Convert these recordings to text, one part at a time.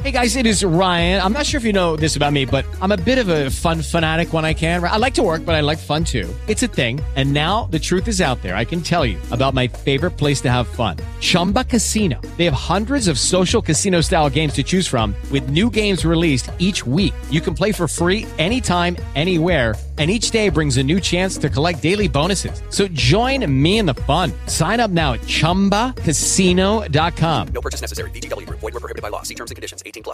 Hey guys, it is Ryan. I'm not sure if you know this about me, but I'm a bit of a fun fanatic when I can. I like to work, but I like fun too. It's a thing. And now the truth is out there. I can tell you about my favorite place to have fun. Chumba Casino. They have hundreds of social casino style games to choose from with new games released each week. You can play for free anytime, anywhere. And each day brings a new chance to collect daily bonuses. So join me in the fun. Sign up now at ChumbaCasino.com. No purchase necessary. VGW Group. Void where prohibited by law. See terms and conditions. 18+.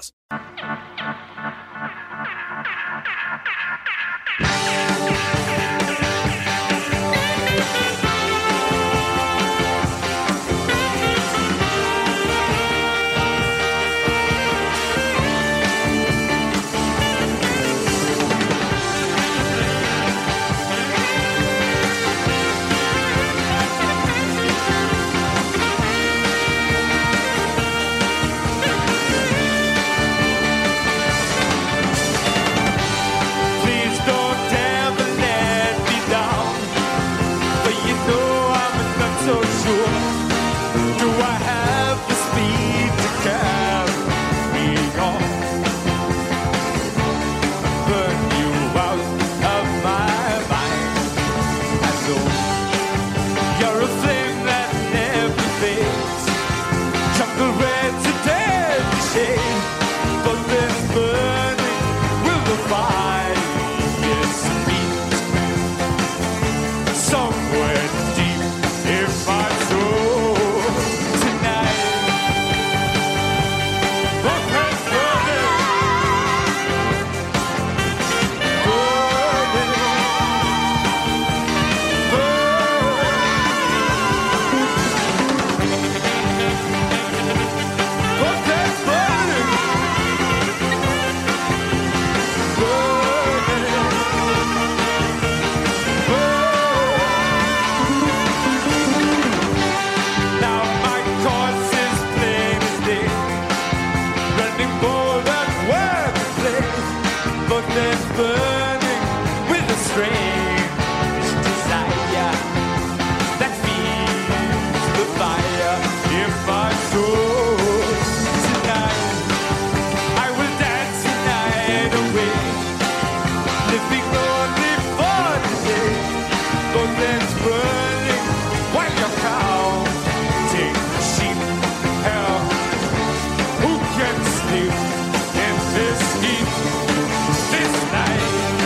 Who can sleep in this heat this night?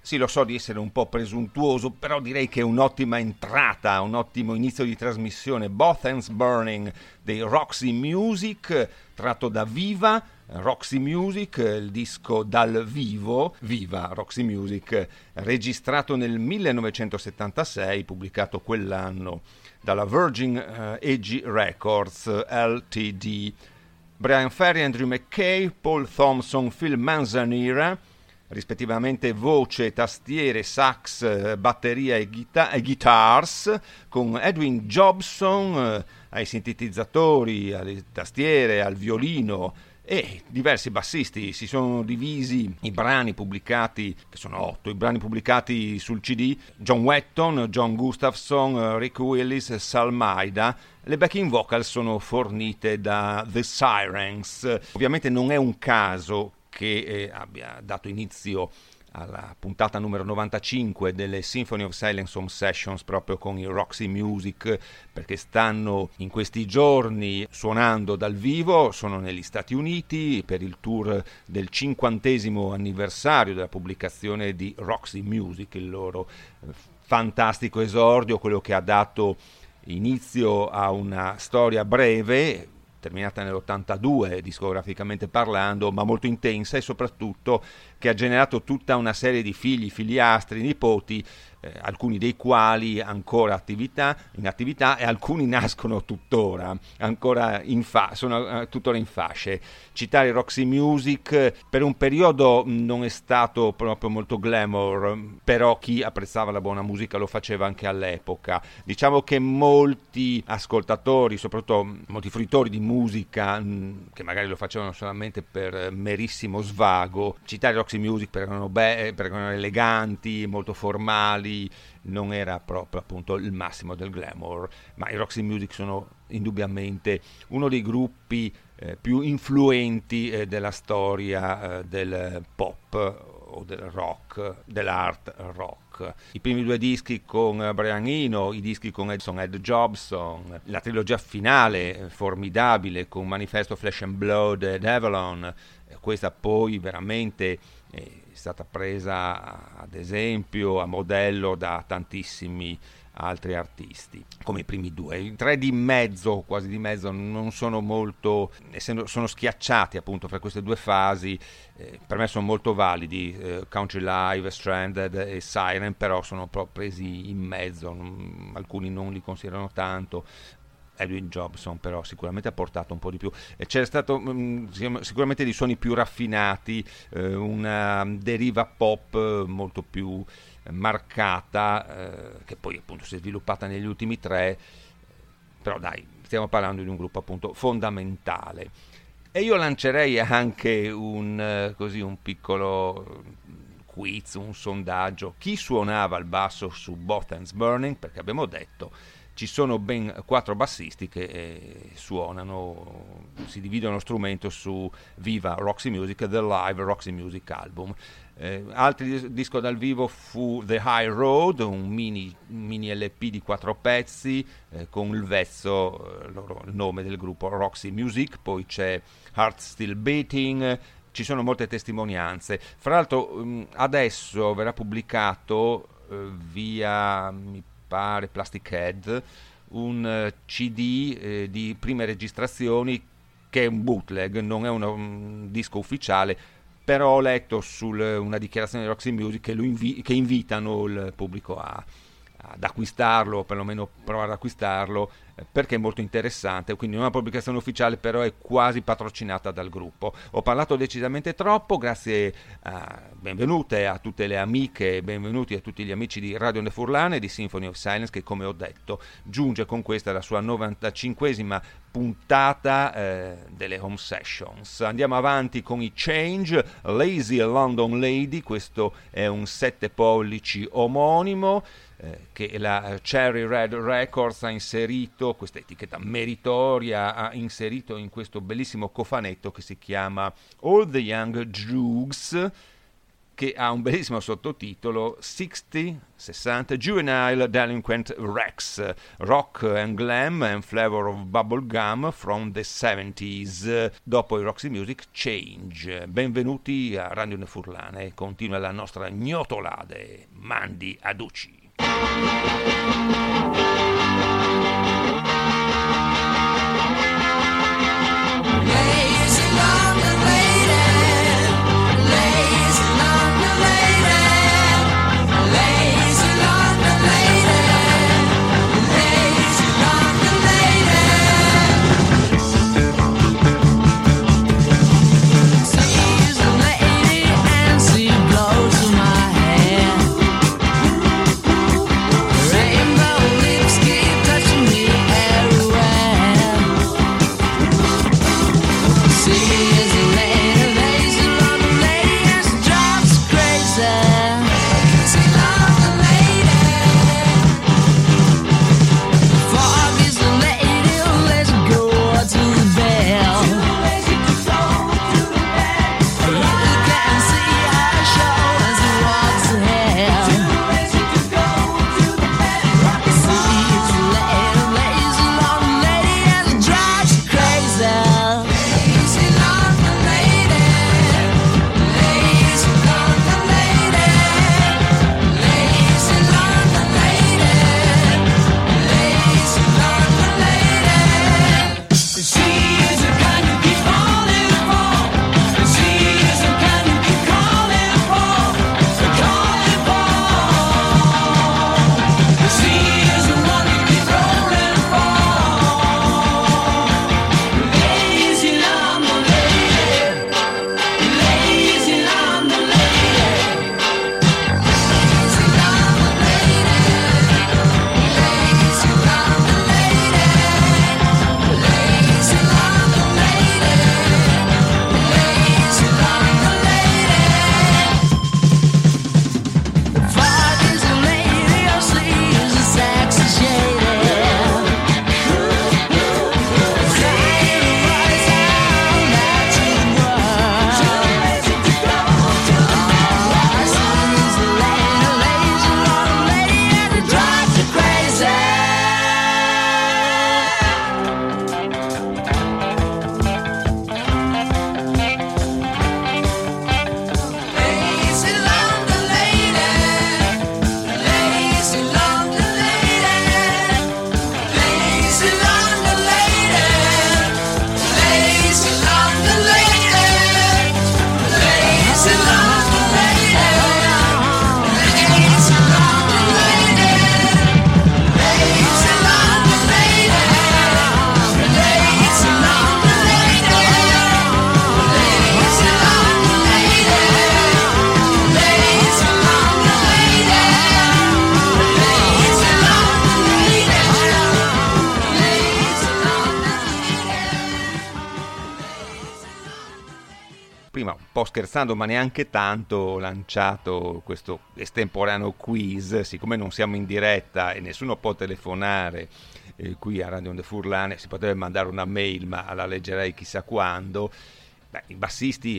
Sì, lo so di essere un po' presuntuoso, però direi che è un'ottima entrata, un ottimo inizio di trasmissione. Both Hands Burning dei Roxy Music, tratto da Viva, Roxy Music, il disco dal vivo, Viva Roxy Music, registrato nel 1976, pubblicato quell'anno dalla Virgin AG Records Ltd. Brian Ferry, Andrew McKay, Paul Thompson, Phil Manzanera, rispettivamente voce, tastiere, sax, batteria e guitars, con Edwin Jobson ai sintetizzatori, alle tastiere, al violino e diversi bassisti. Si sono divisi i brani pubblicati, che sono 8, i brani pubblicati sul CD: John Wetton, John Gustafson, Rick Willis, Sal Maida. Le backing vocal sono fornite da The Sirens. Ovviamente non è un caso che abbia dato inizio alla puntata numero 95 delle Symphony of Silence Home Sessions proprio con i Roxy Music, perché stanno in questi giorni suonando dal vivo, sono negli Stati Uniti per il tour del 50° anniversario della pubblicazione di Roxy Music, il loro fantastico esordio, quello che ha dato inizio a una storia breve, terminata nell'82 discograficamente parlando, ma molto intensa, e soprattutto che ha generato tutta una serie di figli, figliastri, nipoti, alcuni dei quali ancora in attività e alcuni nascono tuttora, ancora sono tuttora in fasce. Citare Roxy Music per un periodo non è stato proprio molto glamour, però chi apprezzava la buona musica lo faceva anche all'epoca. Diciamo che molti ascoltatori, soprattutto molti fruitori di musica, che magari lo facevano solamente per merissimo svago, citare Roxy Music perché erano eleganti, molto formali, non era proprio appunto il massimo del glamour. Ma i Roxy Music sono indubbiamente uno dei gruppi più influenti della storia del pop o del rock, dell'art rock. I primi 2 dischi con Brian Eno, i dischi con Ed Jobson, la trilogia finale formidabile con Manifesto, Flesh and Blood ed Avalon, questa poi veramente è stata presa ad esempio, a modello da tantissimi altri artisti, come i primi 2. I 3 di mezzo, quasi di mezzo, non sono molto, essendo sono schiacciati appunto fra queste 2 fasi, per me sono molto validi, Country Live, Stranded e Siren, però sono proprio presi in mezzo, alcuni non li considerano tanto. Edwin Jobson però sicuramente ha portato un po' di più, c'è stato sicuramente dei suoni più raffinati, una deriva pop molto più marcata, che poi appunto si è sviluppata negli ultimi 3, però dai, stiamo parlando di un gruppo appunto fondamentale. E io lancerei anche un piccolo quiz, un sondaggio: chi suonava il basso su Both Hands Burning? Perché abbiamo detto ci sono ben 4 bassisti che suonano, si dividono lo strumento su Viva Roxy Music, The Live Roxy Music Album. Altro disco dal vivo fu The High Road, un mini LP di 4 pezzi con il vezzo, il nome del gruppo Roxy Music. Poi c'è Heart Still Beating, ci sono molte testimonianze. Fra l'altro adesso verrà pubblicato via, mi pare, Plastic Head, un CD di prime registrazioni, che è un bootleg, non è un disco ufficiale, però ho letto una dichiarazione di Roxy Music che invitano il pubblico ad acquistarlo, o perlomeno provare ad acquistarlo, perché è molto interessante. Quindi non è una pubblicazione ufficiale, però è quasi patrocinata dal gruppo. Ho parlato decisamente troppo, benvenute a tutte le amiche, benvenuti a tutti gli amici di Radio Ne Furlane e di Symphony of Silence, che come ho detto giunge con questa la sua 95esima puntata delle Home Sessions. Andiamo avanti con i Change, Lazy London Lady. Questo è un 7 pollici omonimo che la Cherry Red Records ha inserito, questa etichetta meritoria ha inserito in questo bellissimo cofanetto che si chiama All the Young Drugs. che ha un bellissimo sottotitolo 60 Juvenile Delinquent Rex, Rock and Glam and Flavor of Bubblegum from the 70s. Dopo i Roxy Music Change. Benvenuti a Radio Furlane, continua la nostra gnotolade, mandi aduci. Scherzando, ma neanche tanto, ho lanciato questo estemporaneo quiz. Siccome non siamo in diretta e nessuno può telefonare qui a Radio Onde Furlane, si potrebbe mandare una mail, ma la leggerei chissà quando. I bassisti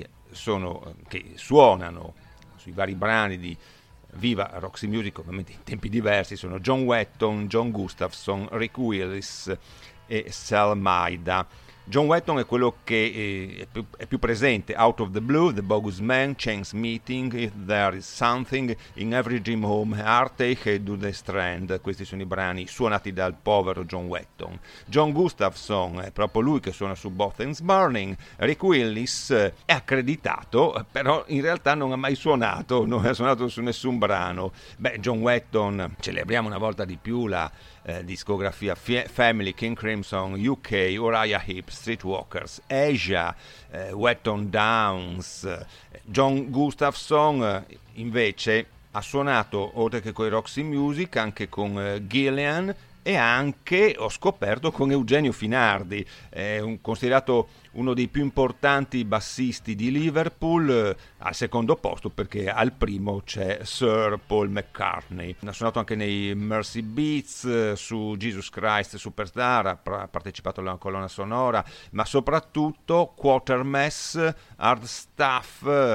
che suonano sui vari brani di Viva Roxy Music, ovviamente in tempi diversi, sono John Wetton, John Gustafson, Rick Willis e Sal Maida. John Wetton è quello che è più presente: Out of the Blue, The Bogus Man, Chance Meeting, If There Is Something, In Every Dream Home, Heartache e Do the Strand. Questi sono i brani suonati dal povero John Wetton. John Gustafson è proprio lui che suona su Both Ends Burning. Rick Willis è accreditato, però in realtà non ha mai suonato, non ha suonato su nessun brano. John Wetton, celebriamo una volta di più la discografia Family, King Crimson, UK, Uriah Heep, Streetwalkers, Asia, Wetton Downs. John Gustafson invece ha suonato, oltre che con i Roxy Music, anche con Gillian e anche, ho scoperto, con Eugenio Finardi. È considerato uno dei più importanti bassisti di Liverpool, al secondo posto perché al primo c'è Sir Paul McCartney. Ha suonato anche nei Mercy Beats, su Jesus Christ Superstar, ha partecipato alla colonna sonora, ma soprattutto Quatermass, Hard Stuff, ha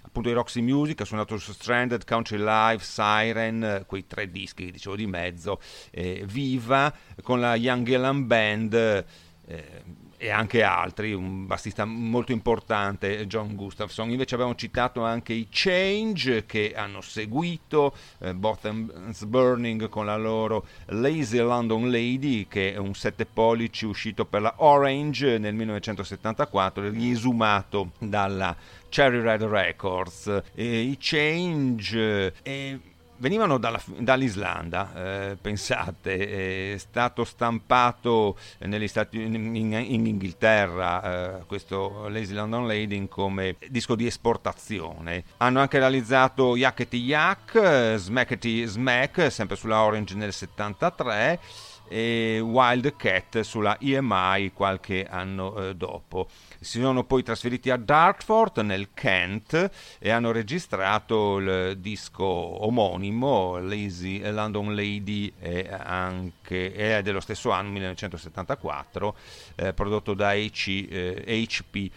appunto i Roxy Music, ha suonato su Stranded, Country Life, Siren, quei 3 dischi che dicevo di mezzo, Viva, con la Young Elan Band, e anche altri, un bassista molto importante, John Gustafson. Invece avevamo citato anche i Change, che hanno seguito, Botham's Burning con la loro Lazy London Lady, che è un 7 pollici uscito per la Orange nel 1974, riesumato dalla Cherry Red Records. I Change venivano dall'Islanda, pensate, è stato stampato negli Stati, in Inghilterra, questo Lazy London Lady come disco di esportazione. Hanno anche realizzato Yakety Yak, Smackety Smack, sempre sulla Orange nel 73, e Wild Cat sulla EMI qualche anno dopo. Si sono poi trasferiti a Dartford nel Kent e hanno registrato il disco omonimo, Lazy London Lady, è dello stesso anno, 1974, prodotto da H.P.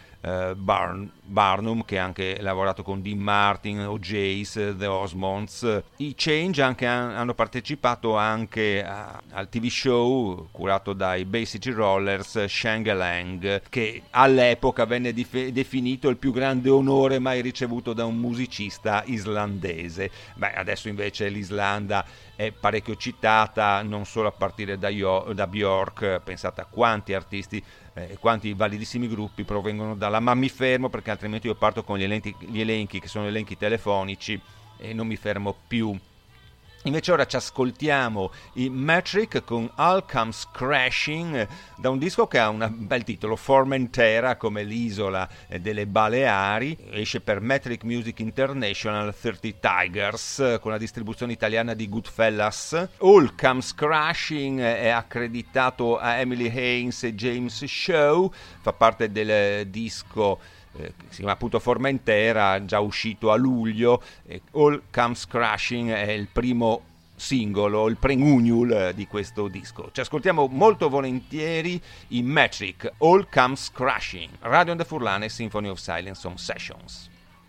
Barnum, che ha anche lavorato con Dean Martin, O'Jays, The Osmonds. I Change hanno partecipato anche al TV show curato dai Bay City Rollers, Shangalang, che all'epoca venne definito il più grande onore mai ricevuto da un musicista islandese. Adesso invece l'Islanda è parecchio citata, non solo a partire da Björk. Pensate a quanti artisti e quanti validissimi gruppi provengono dalla Mammifermo, perché altrimenti io parto con gli elenchi che sono elenchi telefonici e non mi fermo più. Invece ora ci ascoltiamo i Metric con All Comes Crashing, da un disco che ha un bel titolo, Formentera, come l'isola delle Baleari. Esce per Metric Music International 30 Tigers, con la distribuzione italiana di Goodfellas. All Comes Crashing è accreditato a Emily Haynes e James Shaw, fa parte del disco si chiama appunto Formentera, già uscito a luglio. All Comes Crashing è il primo singolo, il preludium di questo disco. Ci ascoltiamo molto volentieri i Metric, All Comes Crashing. Radio and the Furlane, Symphony of Silence on Sessions.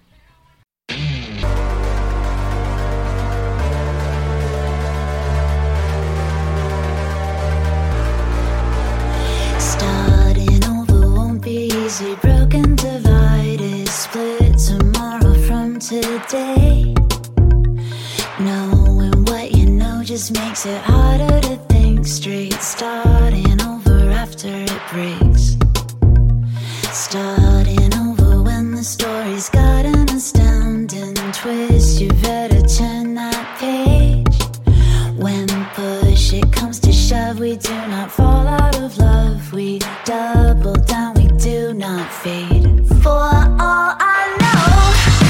Starting over won't be easy, broken, divided, split tomorrow from today. Knowing what you know just makes it harder to think straight. Starting over after it breaks. Starting over when the story's got an astounding twist. You better turn that page. When push it comes to shove, we do not fall out of love. We double down, we do not fade. For all I know,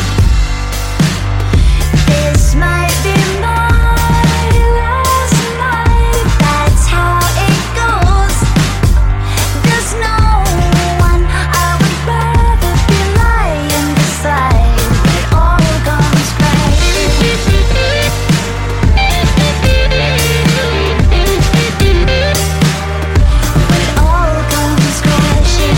this might be my last night. That's how it goes. There's no one I would rather be lying beside. It all comes crashing. It all comes crashing.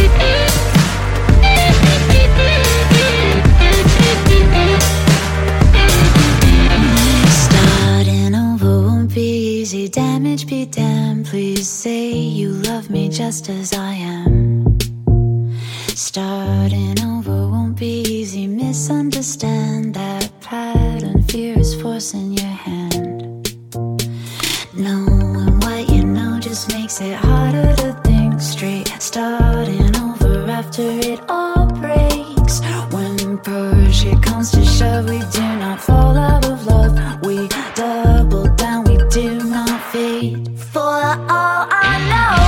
Starting over won't be easy. Damage be damned. Please say you love me just as I am. Starting over won't be easy. Misunderstand that pattern. Fear is forcing your hand. Knowing what you know just makes it harder to think straight. Starting over after it all breaks. When push it comes to shove, we do not fall out of love. We double down, we do not fade. For all I know,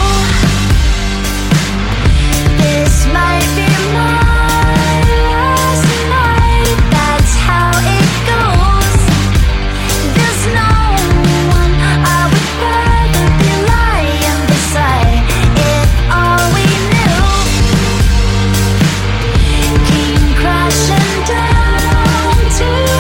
this might be my last night. That's how it goes. There's no one I would rather be lying beside. If all we knew came crashing down to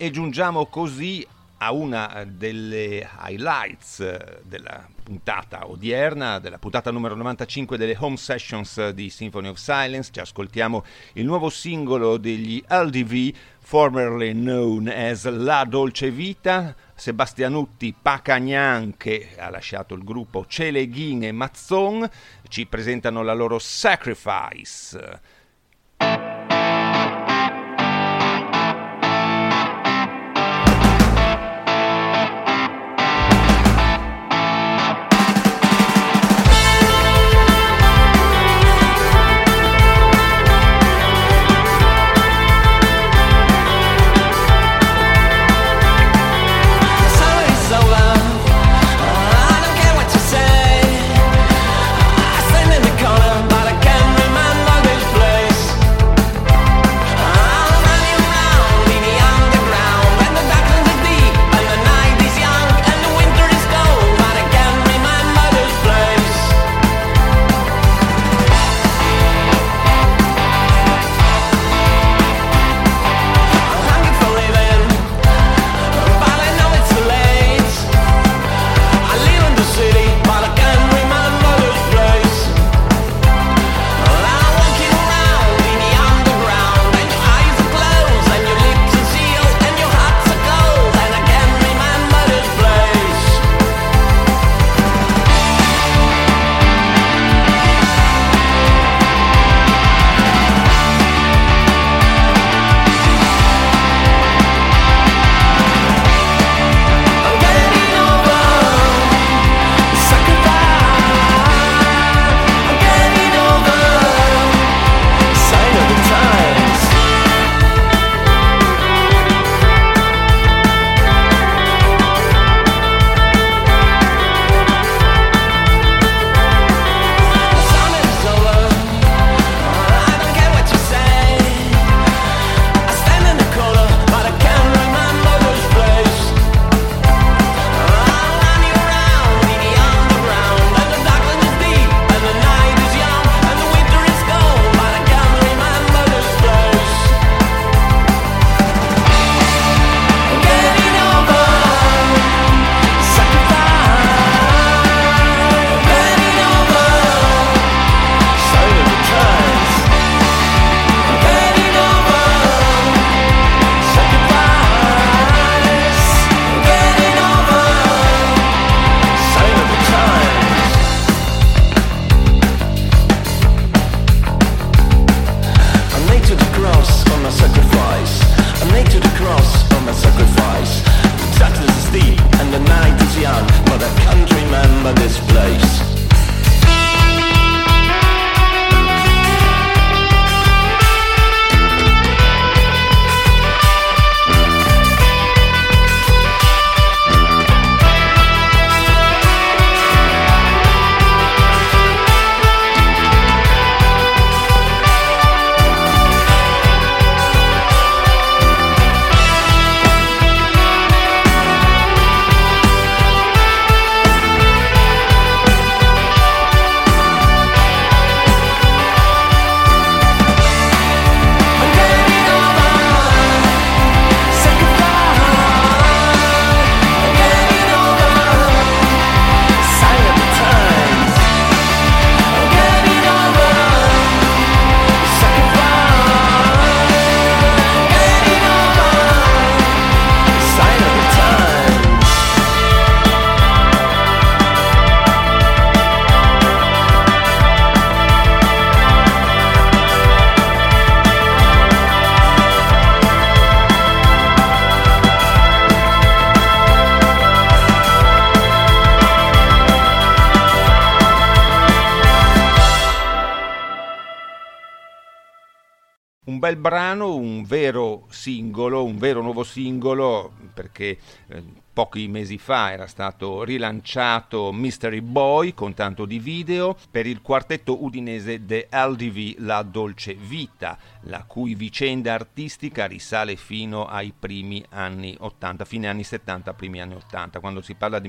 E giungiamo così a una delle highlights della puntata odierna, della puntata numero 95 delle Home Sessions di Symphony of Silence. Ci ascoltiamo il nuovo singolo degli LDV, formerly known as La Dolce Vita. Sebastianutti Pacagnan, che ha lasciato il gruppo Celeghin e Mazzon, ci presentano la loro Sacrifice. Un bel brano, un vero singolo, un vero nuovo singolo, perché pochi mesi fa era stato rilanciato Mystery Boy con tanto di video per il quartetto udinese The LDV La Dolce Vita, la cui vicenda artistica risale fino ai primi anni 80, fine anni 70, primi anni 80. Quando si parla di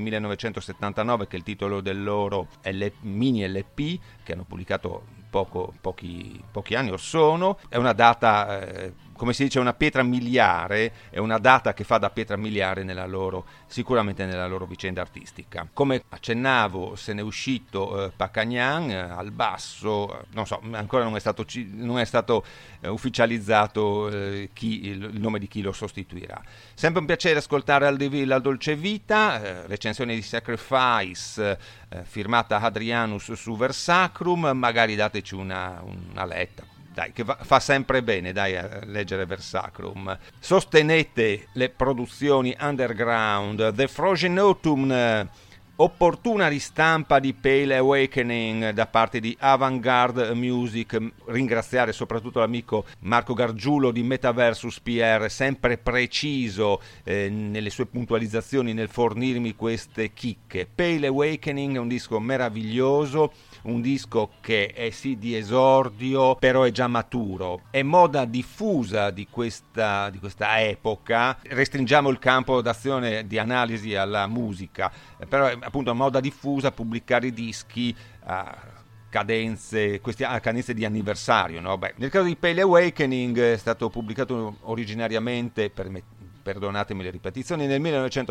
1979, che è il titolo del loro mini LP che hanno pubblicato pochi anni or sono, è una data come si dice, una pietra miliare, è una data che fa da pietra miliare sicuramente nella loro vicenda artistica. Come accennavo, se n'è uscito Pacagnan al basso, non so, ancora non è stato ufficializzato il nome di chi lo sostituirà. Sempre un piacere ascoltare Al Deville la Dolce Vita, recensione di Sacrifice, firmata Hadrianus su Versacrum. Magari dateci una letta, dai, che fa sempre bene, dai, a leggere Versacrum. Sostenete le produzioni underground. The Frozen Autumn, opportuna ristampa di Pale Awakening da parte di Avantgarde Music. Ringraziare soprattutto l'amico Marco Gargiulo di Metaversus PR, sempre preciso nelle sue puntualizzazioni, nel fornirmi queste chicche. Pale Awakening è un disco meraviglioso, un disco che è sì di esordio, però è già maturo, è moda diffusa di questa epoca. Restringiamo il campo d'azione di analisi alla musica, però è appunto moda diffusa pubblicare dischi a cadenze di anniversario, no? Nel caso di Pale Awakening è stato pubblicato originariamente, perdonatemi le ripetizioni, nel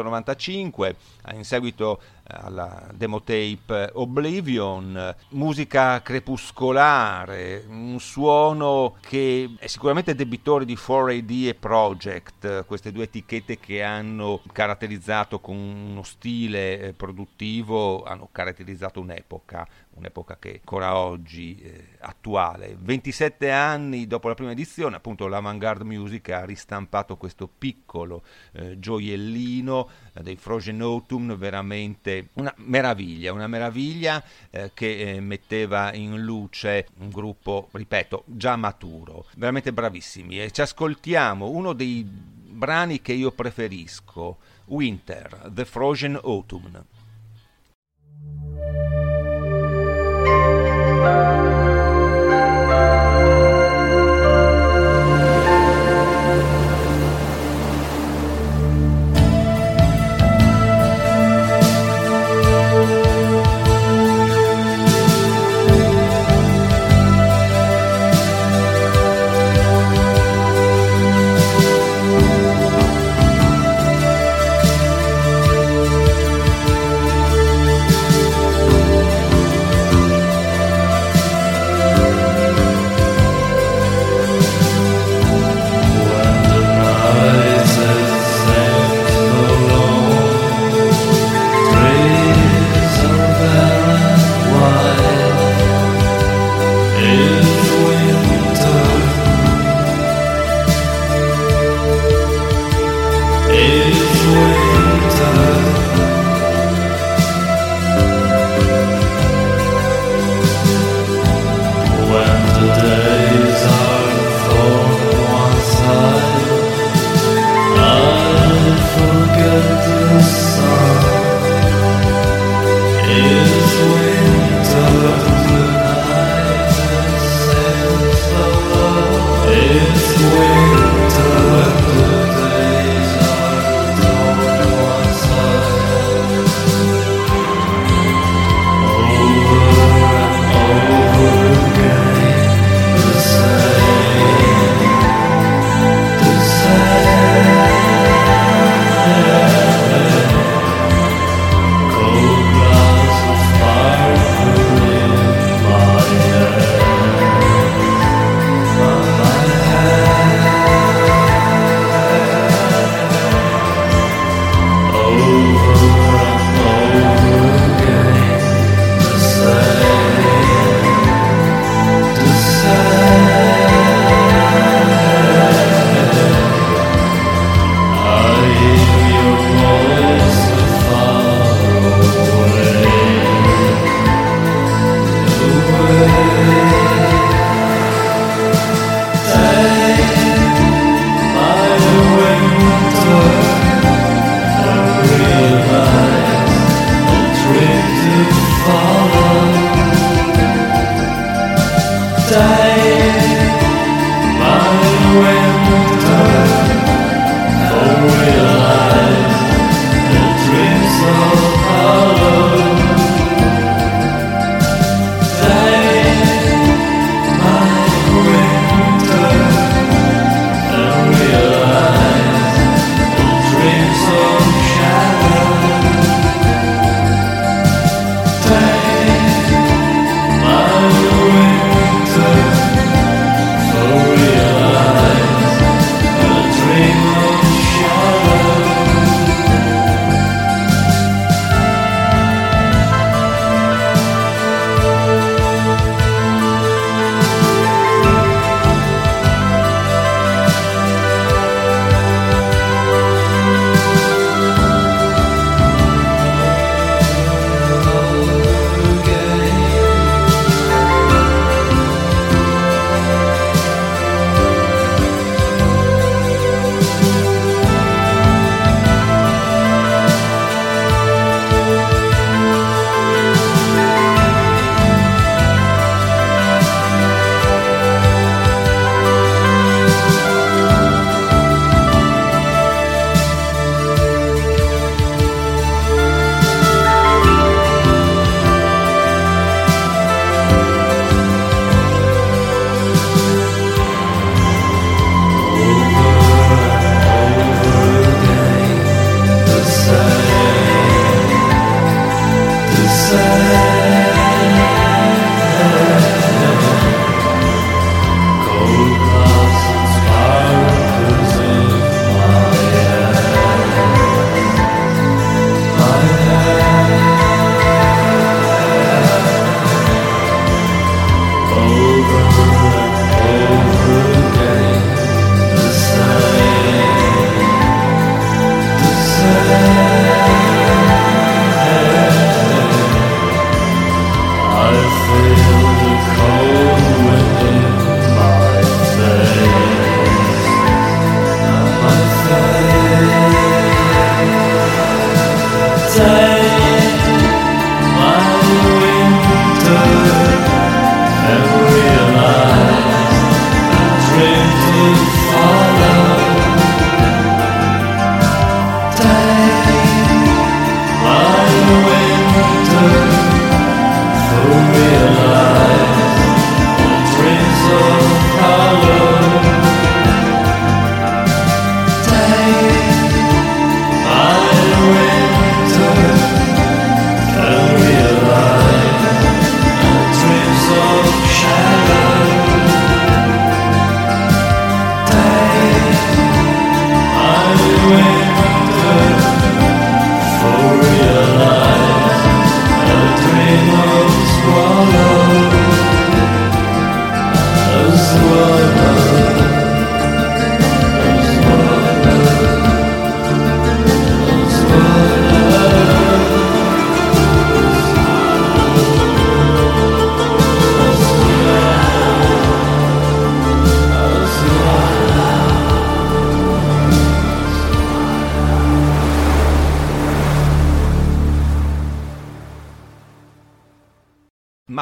1995, in seguito alla demo tape Oblivion. Musica crepuscolare, un suono che è sicuramente debitore di 4AD e Project, queste due etichette che hanno caratterizzato con uno stile produttivo, hanno caratterizzato un'epoca che ancora oggi è attuale. 27 anni dopo la prima edizione, appunto, l'Avantgarde Music ha ristampato questo piccolo gioiellino dei Frozen Autumn, veramente una meraviglia che metteva in luce un gruppo, ripeto, già maturo, veramente bravissimi. E ci ascoltiamo uno dei brani che io preferisco, Winter, The Frozen Autumn.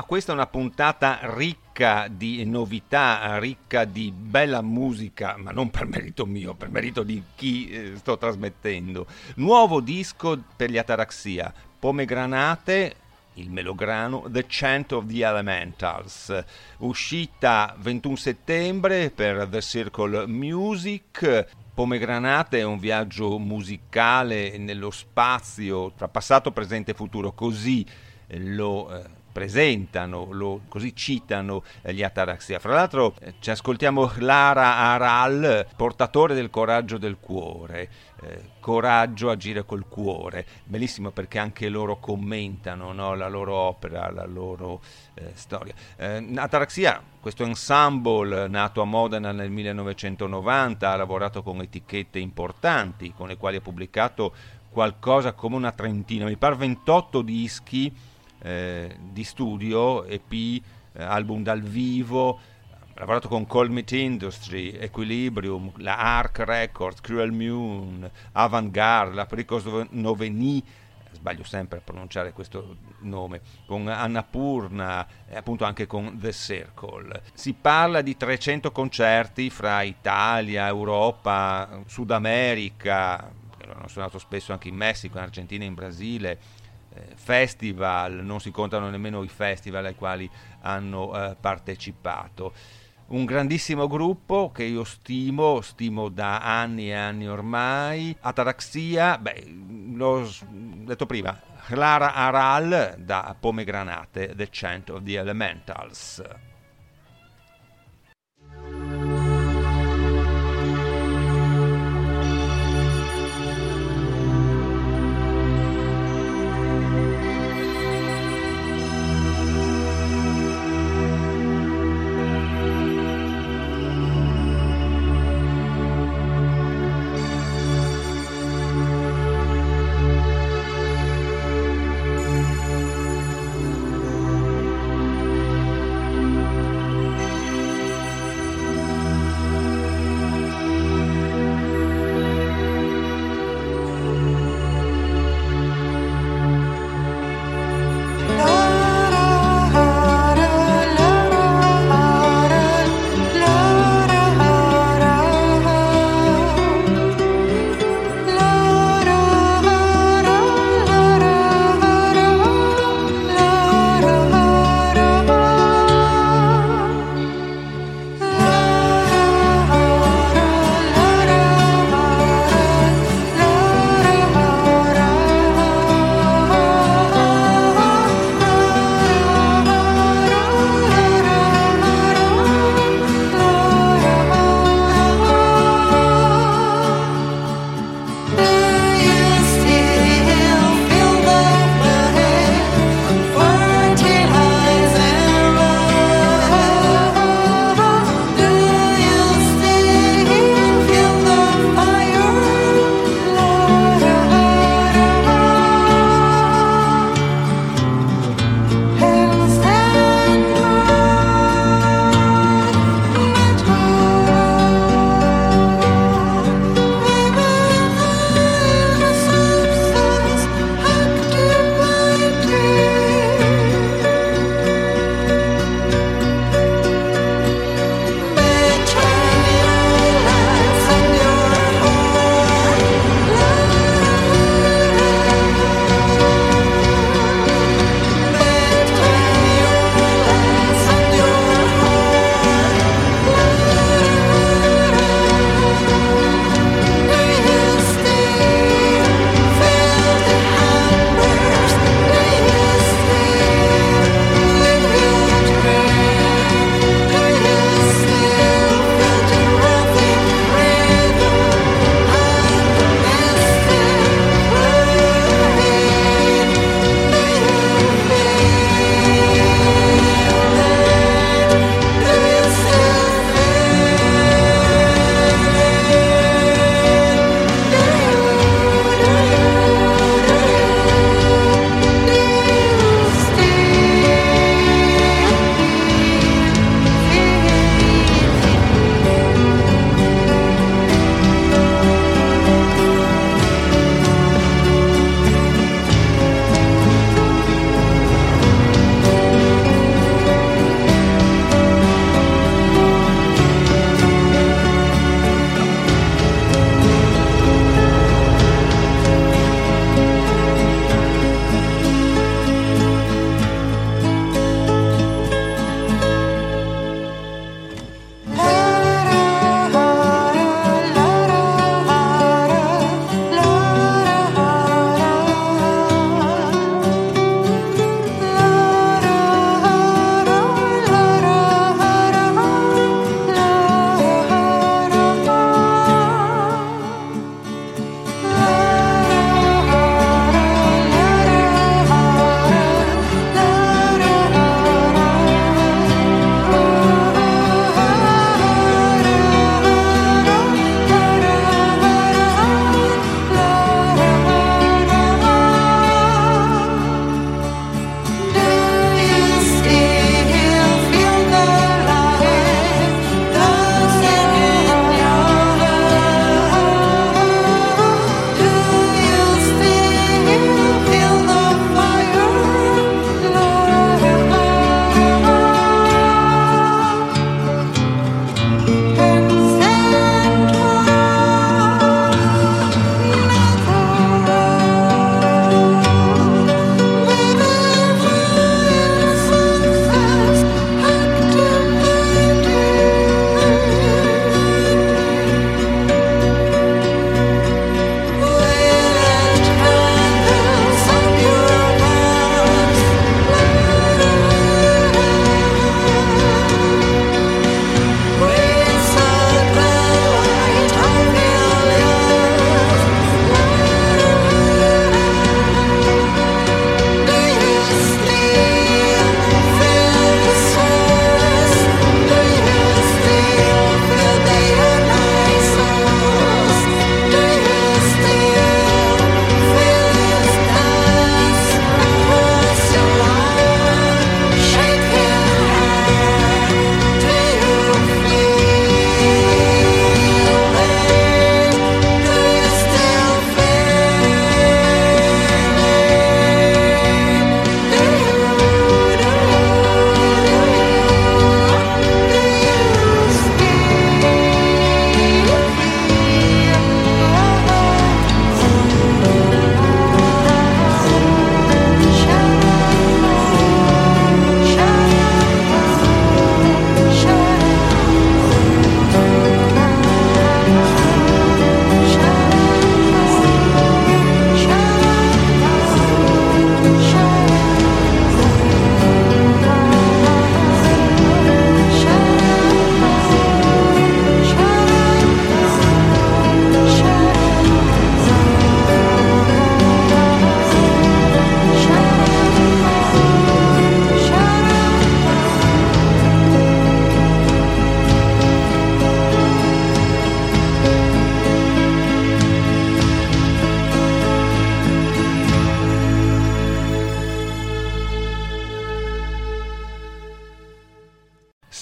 questa è una puntata ricca di novità, ricca di bella musica, ma non per merito mio, per merito di chi sto trasmettendo. Nuovo disco per gli Ataraxia, Pomegranate, il melograno, The Chant of the Elementals, uscita 21 settembre per The Circle Music. Pomegranate è un viaggio musicale nello spazio tra passato, presente e futuro, così lo presentano, così citano gli Ataraxia. Fra l'altro ci ascoltiamo Clara Aral, portatore del coraggio del cuore, coraggio, agire col cuore, bellissimo perché anche loro commentano, no? La loro opera, la loro storia. Ataraxia, questo ensemble nato a Modena nel 1990, ha lavorato con etichette importanti con le quali ha pubblicato qualcosa come una trentina, mi pare 28 dischi di studio, EP, album dal vivo. Ha lavorato con Colmit Industry, Equilibrium, la Arc Records, Cruel Moon, Avantgarde, la Pricos Noveni, sbaglio sempre a pronunciare questo nome, con Annapurna e appunto anche con The Circle. Si parla di 300 concerti fra Italia, Europa, Sud America, hanno suonato spesso anche in Messico, in Argentina, in Brasile, festival, non si contano nemmeno i festival ai quali hanno partecipato. Un grandissimo gruppo che io stimo da anni e anni ormai. Ataraxia, l'ho detto prima, Clara Aral da Pomegranate, The Chant of the Elementals.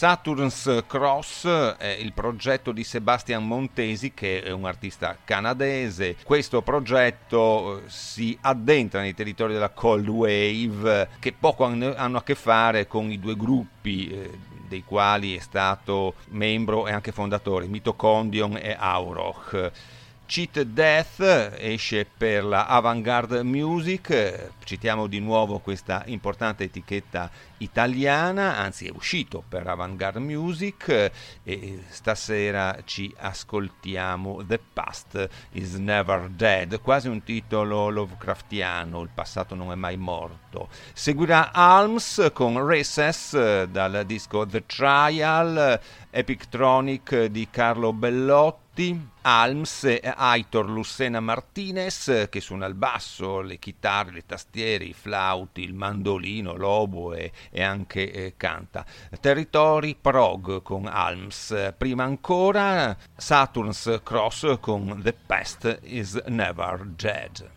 Saturn's Cross è il progetto di Sebastian Montesi, che è un artista canadese. Questo progetto si addentra nei territori della Cold Wave, che poco hanno a che fare con i due gruppi dei quali è stato membro e anche fondatore, Mitochondrion e Auroch. Cheat Death esce per la Avantgarde Music, citiamo di nuovo questa importante etichetta italiana, anzi è uscito per Avantgarde Music, e stasera ci ascoltiamo The Past is Never Dead, quasi un titolo Lovecraftiano, il passato non è mai morto. Seguirà Alms con Recess dal disco The Trial, Epictronic di Carlo Bellotti. Alms e Aitor Lucena Martinez, che suona il basso, le chitarre, le tastiere, i flauti, il mandolino, l'oboe e anche canta. Territori prog con Alms. Prima ancora Saturn's Cross con The Past is Never Dead.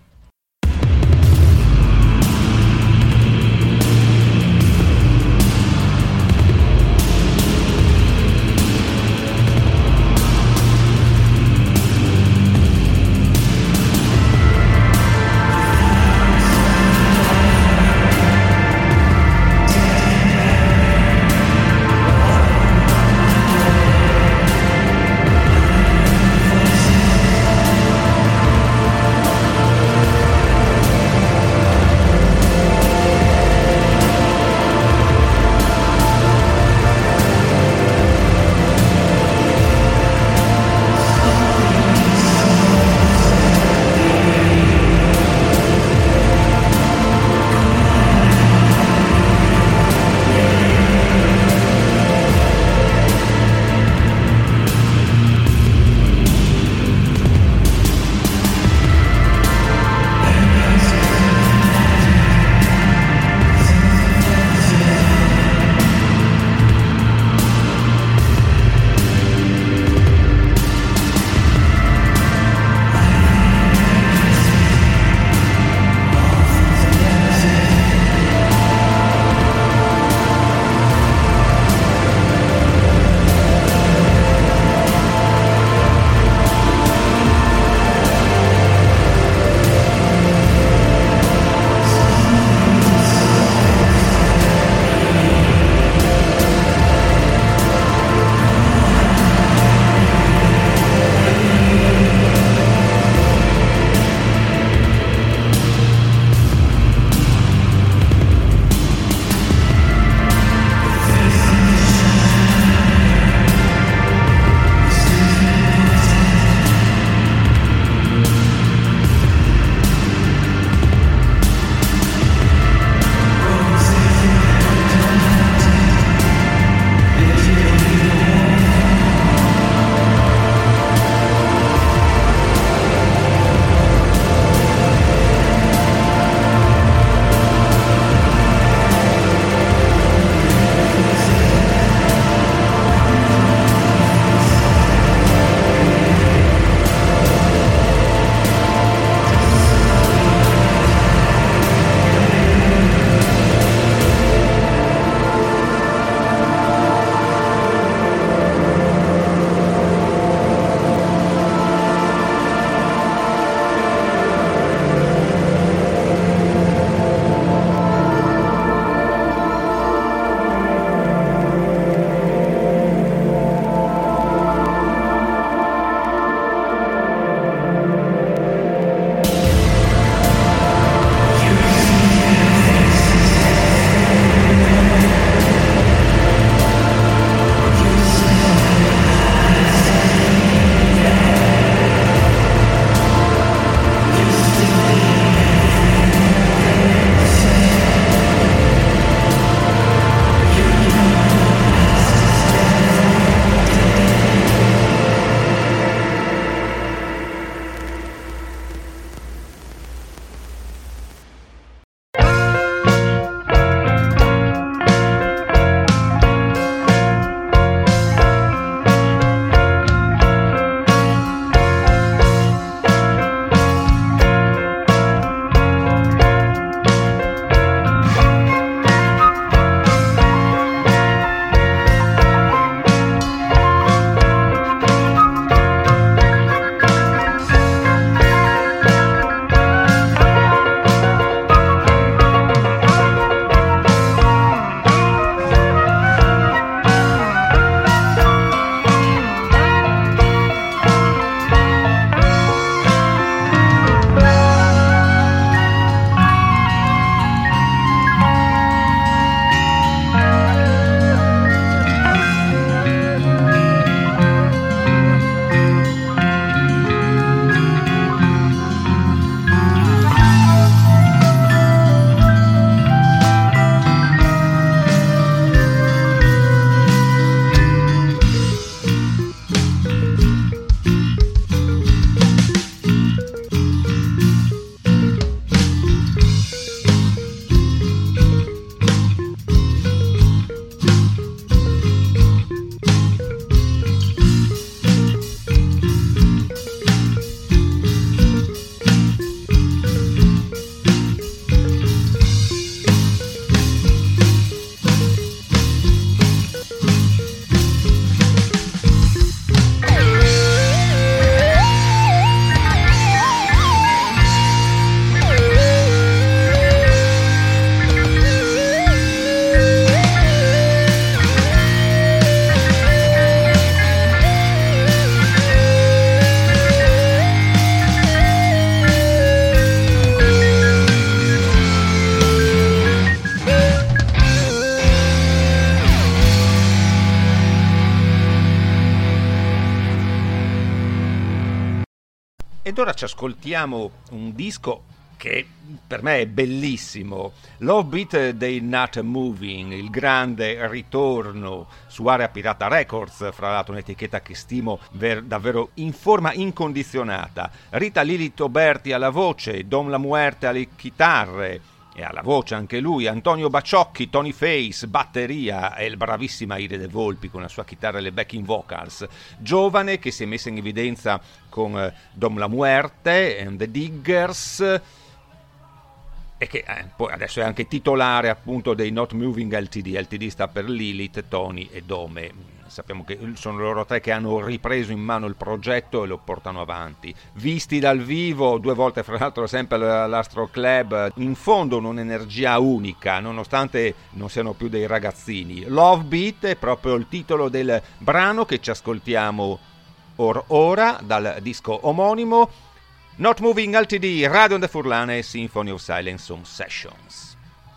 Ed ora ci ascoltiamo un disco che per me è bellissimo, Love Beat dei Not Moving, il grande ritorno su Area Pirata Records, fra l'altro un'etichetta che stimo davvero in forma incondizionata. Rita Lili Toberti alla voce, Dom La Muerte alle chitarre, e alla voce anche lui, Antonio Baciocchi, Tony Face, batteria, e il bravissima Iride Volpi con la sua chitarra e le backing vocals. Giovane che si è messa in evidenza con Dom La Muerte and the Diggers, e che poi adesso è anche titolare appunto dei Not Moving LTD. LTD sta per Lilith, Tony e Dome. Sappiamo che sono loro tre che hanno ripreso in mano il progetto e lo portano avanti. Visti dal vivo, 2 volte fra l'altro sempre all'Astro Club, infondono un'energia unica, nonostante non siano più dei ragazzini. Love Beat è proprio il titolo del brano che ci ascoltiamo ora dal disco omonimo. Not Moving LTD, Radio on the Furlane, Symphony of Silence Home Sessions.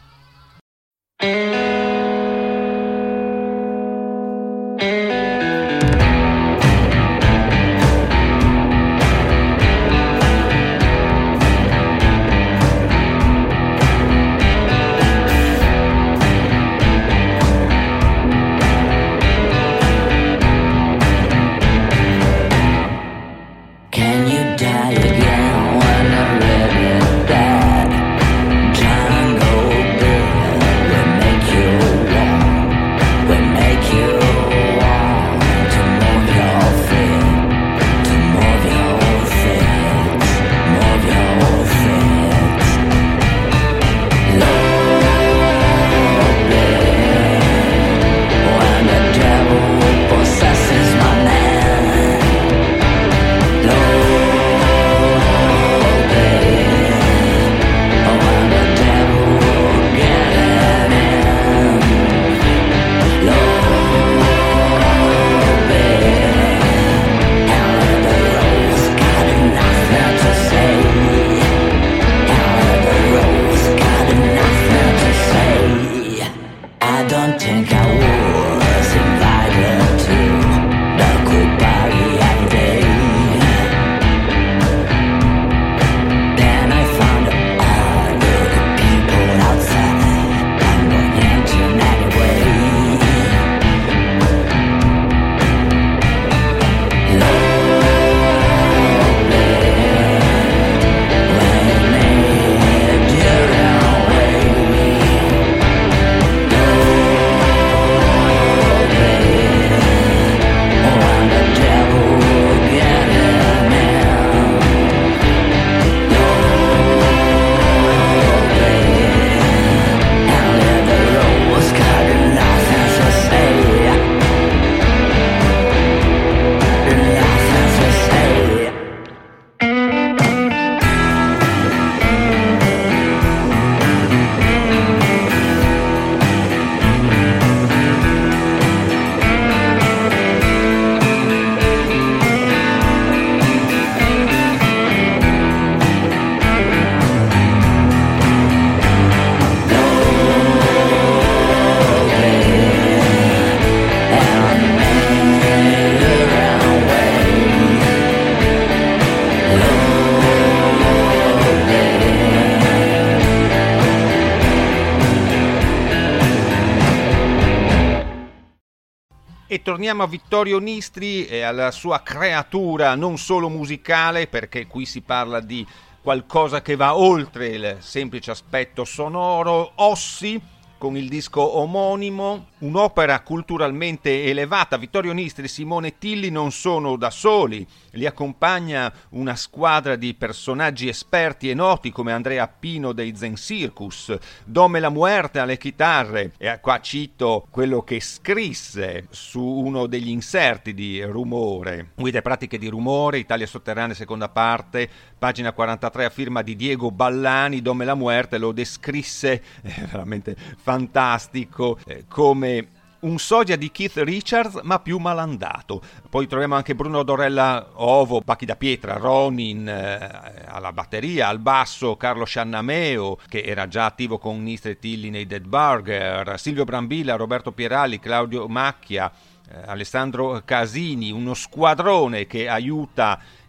E torniamo a Vittorio Nistri e alla sua creatura non solo musicale, perché qui si parla di qualcosa che va oltre il semplice aspetto sonoro. Ossi, con il disco omonimo, un'opera culturalmente elevata. Vittorio Nistri e Simone Tilli non sono da soli, li accompagna una squadra di personaggi esperti e noti come Andrea Pino dei Zen Circus, Dome La Muerte alle chitarre, e qua cito quello che scrisse su uno degli inserti di Rumore, Guide pratiche di Rumore, Italia sotterranea seconda parte, pagina 43 a firma di Diego Ballani. Dome La Muerte lo descrisse veramente fantastico, come un sosia di Keith Richards ma più malandato. Poi troviamo anche Bruno Dorella Ovo, Bacchi da Pietra, Ronin alla batteria, al basso Carlo Sciannameo, che era già attivo con Nistri e Tilli nei Dead Burger, Silvio Brambilla, Roberto Pieralli, Claudio Macchia, Alessandro Casini, uno squadrone che aiuta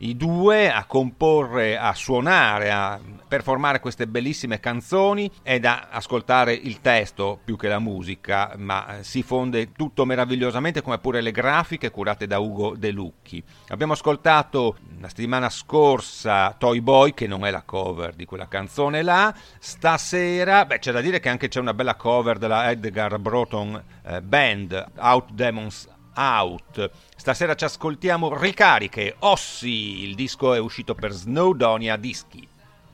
i due a comporre, a suonare, a performare queste bellissime canzoni. È da ascoltare il testo più che la musica, ma si fonde tutto meravigliosamente, come pure le grafiche curate da Ugo De Lucchi. Abbiamo ascoltato la settimana scorsa Toy Boy, che non è la cover di quella canzone là. Stasera c'è da dire che anche c'è una bella cover della Edgar Broughton Band, Out Demons Out. Stasera ci ascoltiamo Ricariche, Ossi, il disco è uscito per Snowdonia Dischi.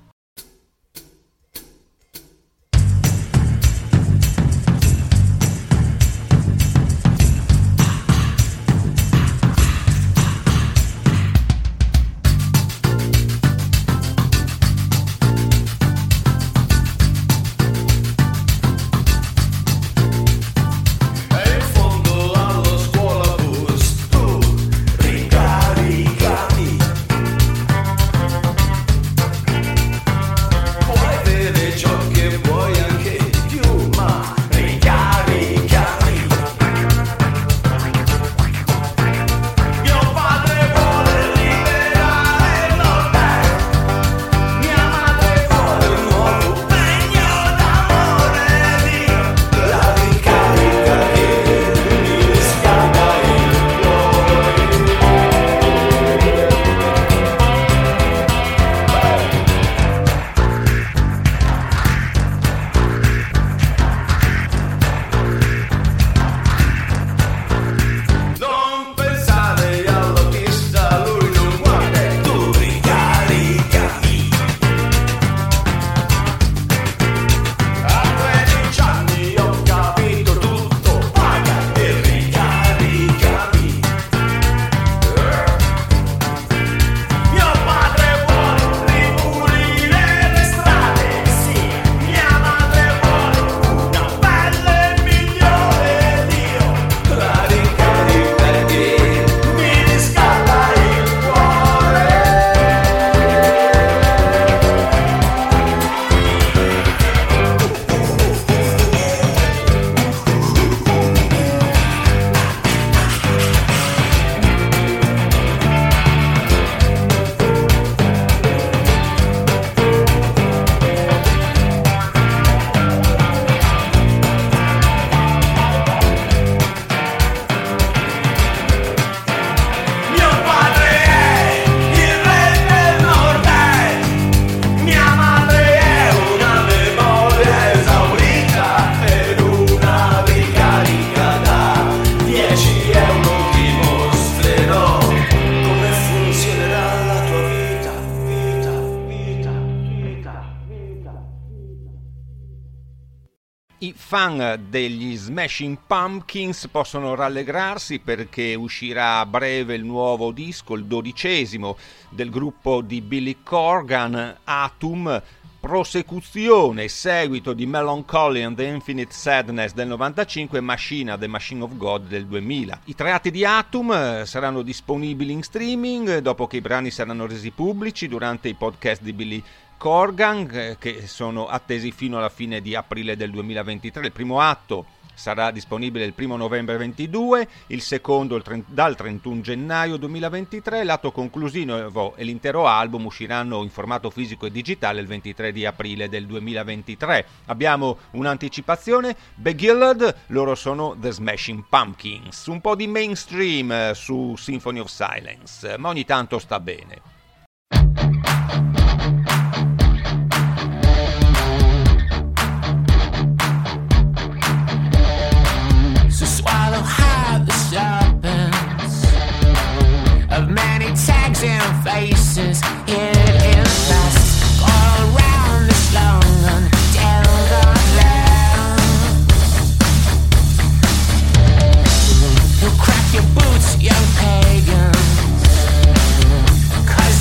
I fan degli Smashing Pumpkins possono rallegrarsi perché uscirà a breve il nuovo disco, il 12° del gruppo di Billy Corgan, Atum, prosecuzione, seguito di Melancholy and the Infinite Sadness del 95 e Machina, The Machine of God del 2000. I 3 atti di Atum saranno disponibili in streaming dopo che i brani saranno resi pubblici durante i podcast di Billy Corgan, che sono attesi fino alla fine di aprile del 2023. Il primo atto sarà disponibile il 1 novembre 22, il secondo dal 31 gennaio 2023, l'atto conclusivo e l'intero album usciranno in formato fisico e digitale il 23 di aprile del 2023. Abbiamo un'anticipazione, Begilled, loro sono The Smashing Pumpkins, un po' di mainstream su Symphony of Silence, ma ogni tanto sta bene. Of many tags and faces hid in dust all around this long undealt land. You crack your boots, young pagans, 'cause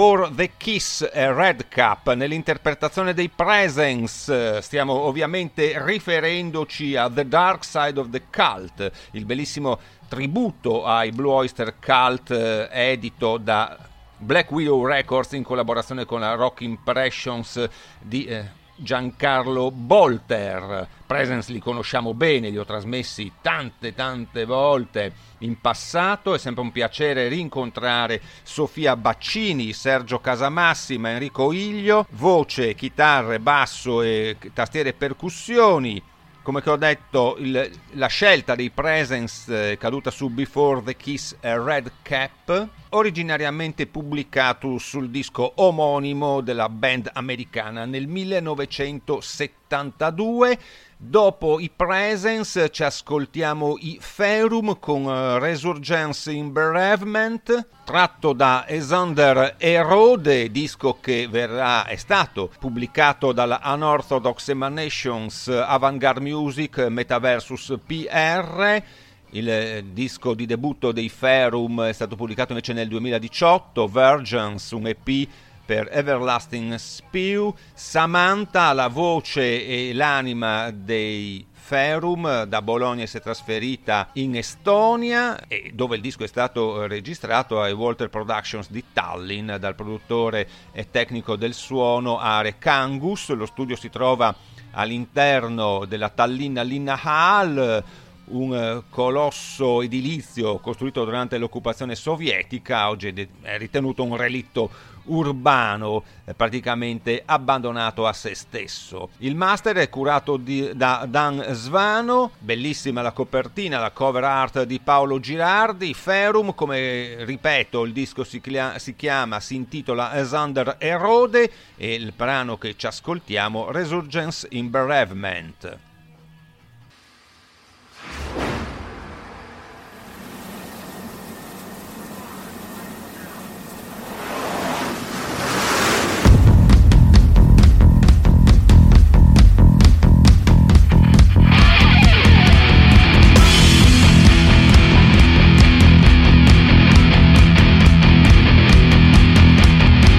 Before the Kiss e Red Cap nell'interpretazione dei Presence. Stiamo ovviamente riferendoci a The Dark Side of the Cult, il bellissimo tributo ai Blue Oyster Cult edito da Black Widow Records in collaborazione con la Rock Impressions di Giancarlo Bolter. Presence li conosciamo bene, li ho trasmessi tante volte in passato. È sempre un piacere rincontrare Sofia Baccini, Sergio Casamassima, Enrico Iglio, voce, chitarre, basso e tastiere e percussioni. Come ho detto, la scelta dei Presence è caduta su Before the Kiss e Red Cap, originariamente pubblicato sul disco omonimo della band americana nel 1972. Dopo i Presence ci ascoltiamo i Ferum con Resurgence in Bereavement, tratto da Esander Erode, disco che è stato pubblicato dalla Unorthodox Emanations Avantgarde Music Metaversus PR. Il disco di debutto dei Ferum è stato pubblicato invece nel 2018, Virgins, un EP per Everlasting Spew. Samantha, la voce e l'anima dei Ferum, da Bologna si è trasferita in Estonia, e dove il disco è stato registrato ai Walter Productions di Tallinn dal produttore e tecnico del suono Are Kangus. Lo studio si trova all'interno della Tallinna Linnahall, un colosso edilizio costruito durante l'occupazione sovietica. Oggi è ritenuto un relitto urbano, praticamente abbandonato a se stesso. Il master è curato da Dan Svano, bellissima la copertina, la cover art di Paolo Girardi. Ferum, come ripeto, il disco si intitola Esander Erode e il brano che ci ascoltiamo, Resurgence in Bereavement.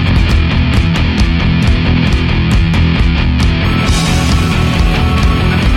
I'm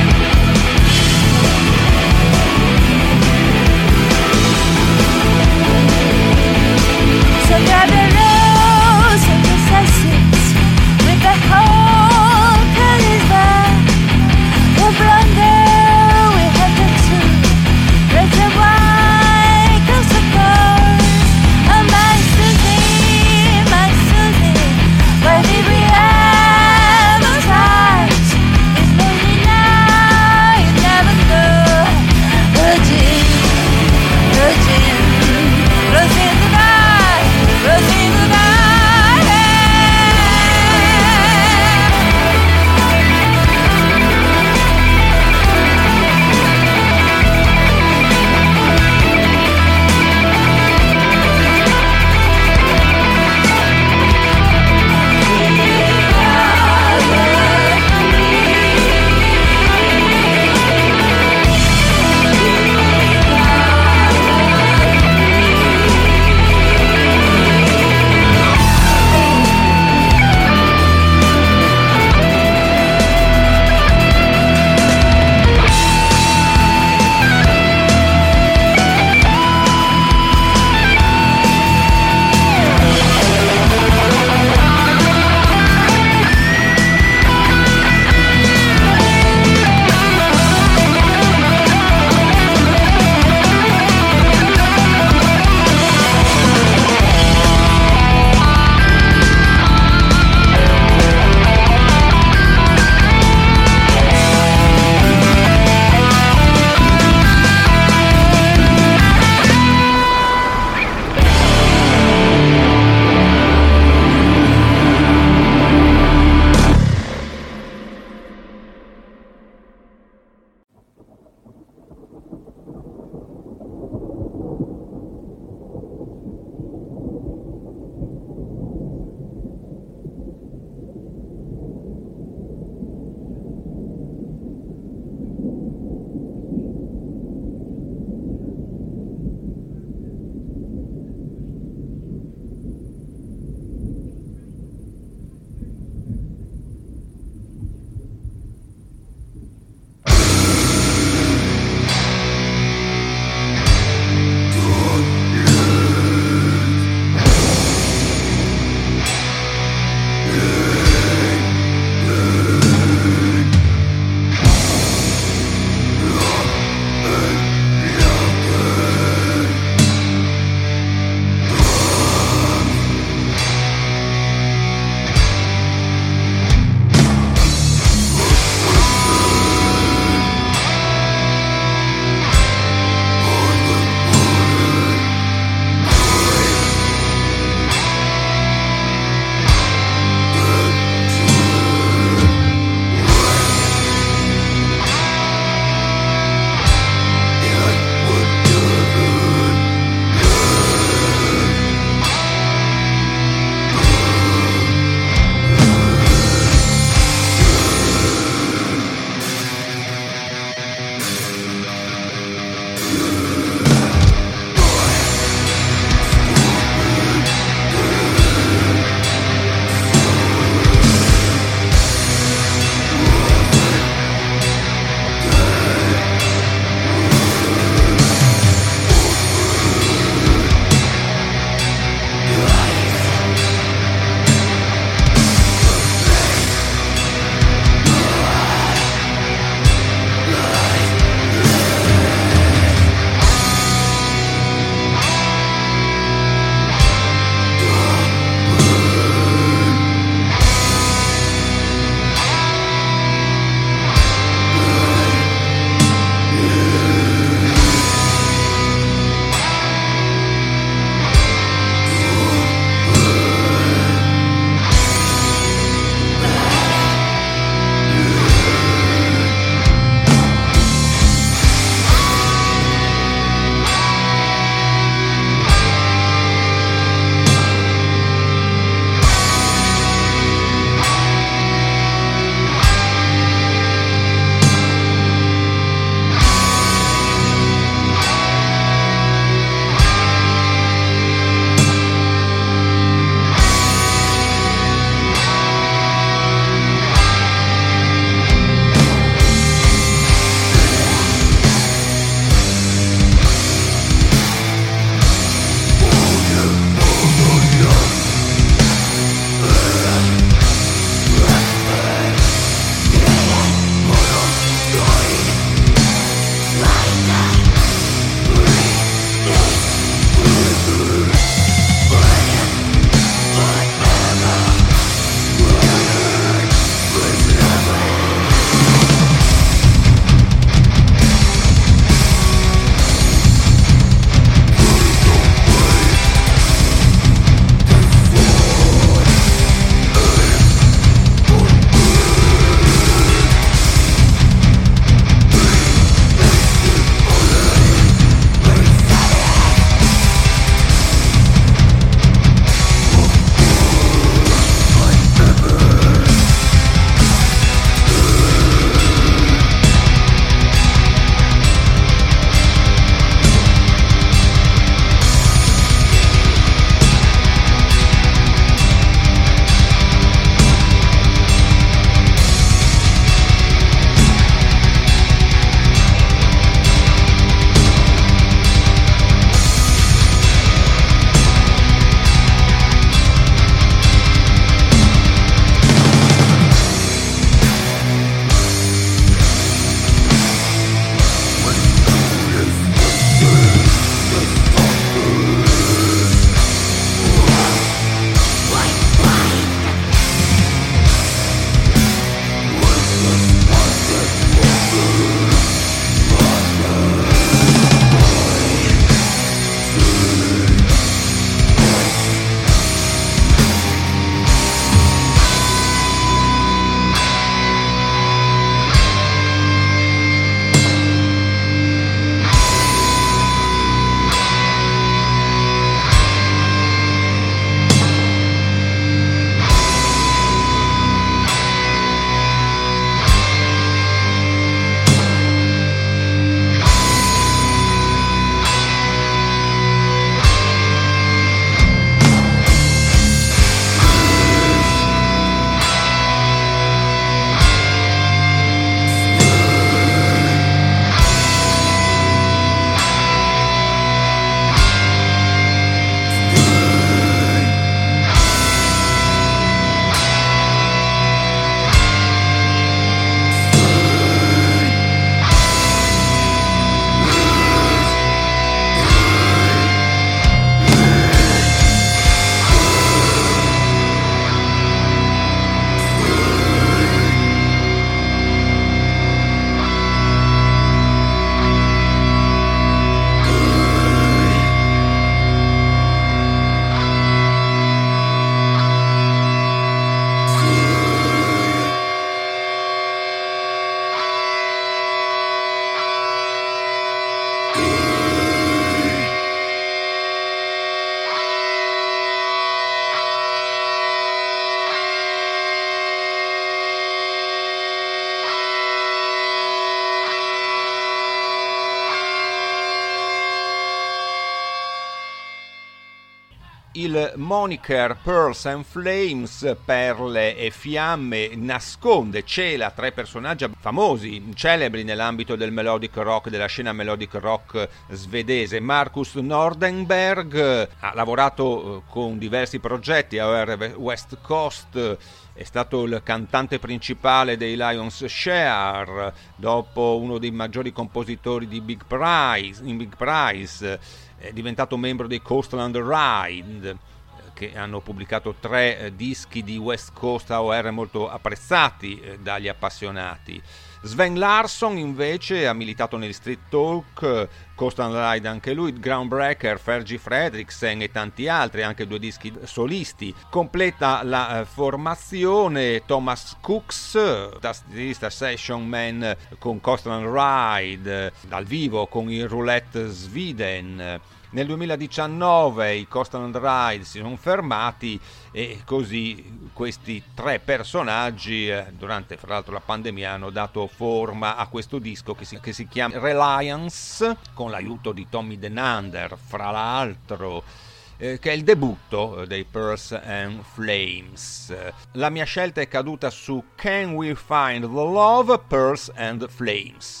Il moniker Pearls and Flames, perle e fiamme, nasconde, cela tre personaggi famosi, celebri nell'ambito del melodic rock, della scena melodic rock svedese. Marcus Nordenberg ha lavorato con diversi progetti a West Coast, è stato il cantante principale dei Lions Share, dopo uno dei maggiori compositori di Big Prize, è diventato membro dei Coastland Ride, che hanno pubblicato 3 dischi di West Coast AOR molto apprezzati dagli appassionati. Sven Larsson invece ha militato nel street talk, Coastland Ride anche lui, Groundbreaker, Fergie Fredriksen e tanti altri, anche 2 dischi solisti. Completa la formazione Thomas Cooks, tastierista session man con Coastland Ride, dal vivo con il Roulette Sweden. Nel 2019 i Coastland Ride si sono fermati e così questi 3 personaggi durante fra l'altro la pandemia hanno dato forma a questo disco che si chiama Reliance, con l'aiuto di Tommy Denander fra l'altro, che è il debutto dei Pearls and Flames. La mia scelta è caduta su Can We Find the Love, Pearls and Flames.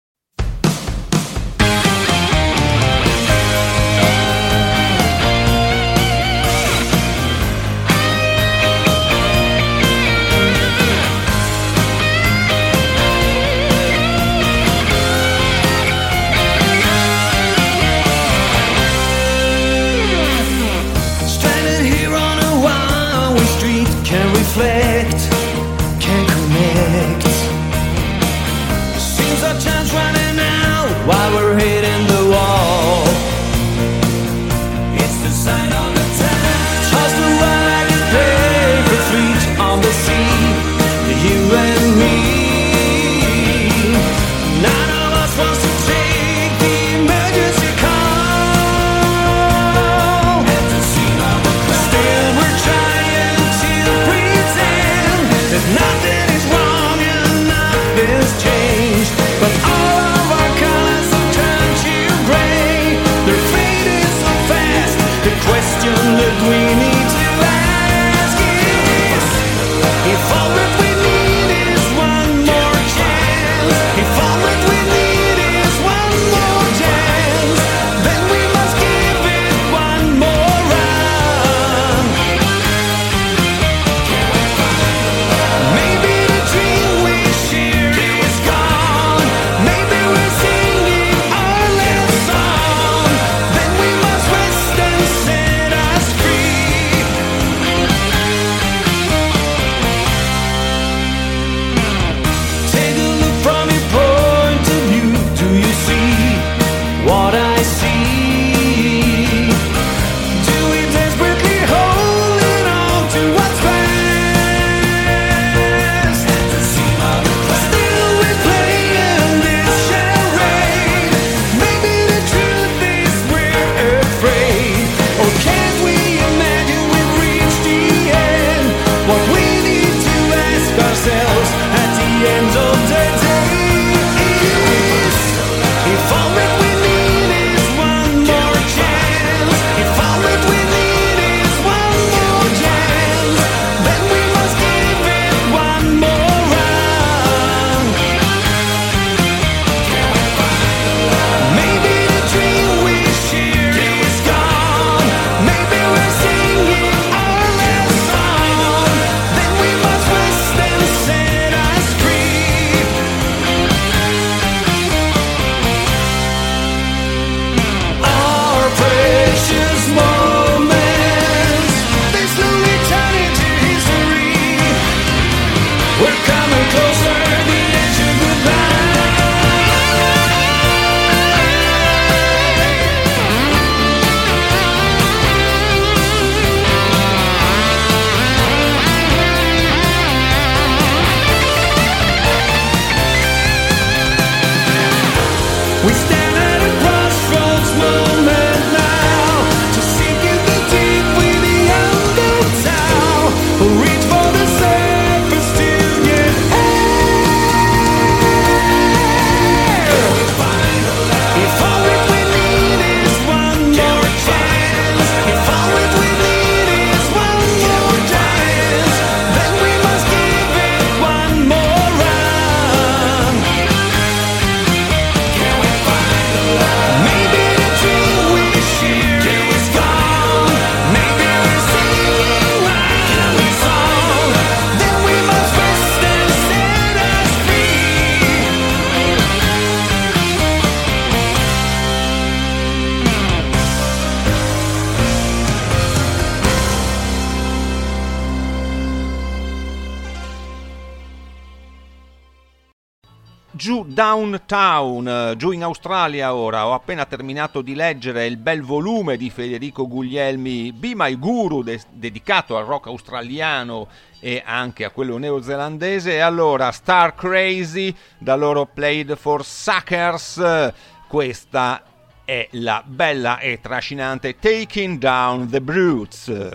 Reflect, can't connect. Seems our time's running out while we're hitting the wall. It's the sign on the time. Toss the ride and play for fleet on the sea. You and me. None of us wants to take the emergency call. At the scene of the crowd. Still we're trying to nothing is wrong and nothing's changed, but all of our colors have turned to gray. They're fading so fast. The question that we need to ask is, if all that we need is one more chance, if all that we need is one more chance, then we must give it one more run. Maybe the dream we shared is gone. Maybe we're singing our last song. Then we must rest and set us free. Take a look from your point of view. Do you see what I see? Do we desperately holding on to what's past? Still we're playing this charade. Maybe the truth is we're afraid. Or can't we imagine we've reached the end? What we need to ask ourselves at the end of the day is, if all that we need is one more chance, if all that we need is one more chance, then we must give it one more run. Maybe the dream we shared is gone. Maybe we're singing our last song. Then we must rest and set us free. Our precious moments, they slowly turn into history. We're coming closer to the edge of goodbye. We stand at a crossroads moment now, to seek in the deep with the undertow, reach for the surface to get air. If all that we need is one more chance, if all that we need Downtown, giù in Australia ora. Ho appena terminato di leggere il bel volume di Federico Guglielmi, Be My Guru, dedicato al rock australiano e anche a quello neozelandese. E allora Star Crazy, da loro Played for Suckers, questa è la bella e trascinante Taking Down the Brutes.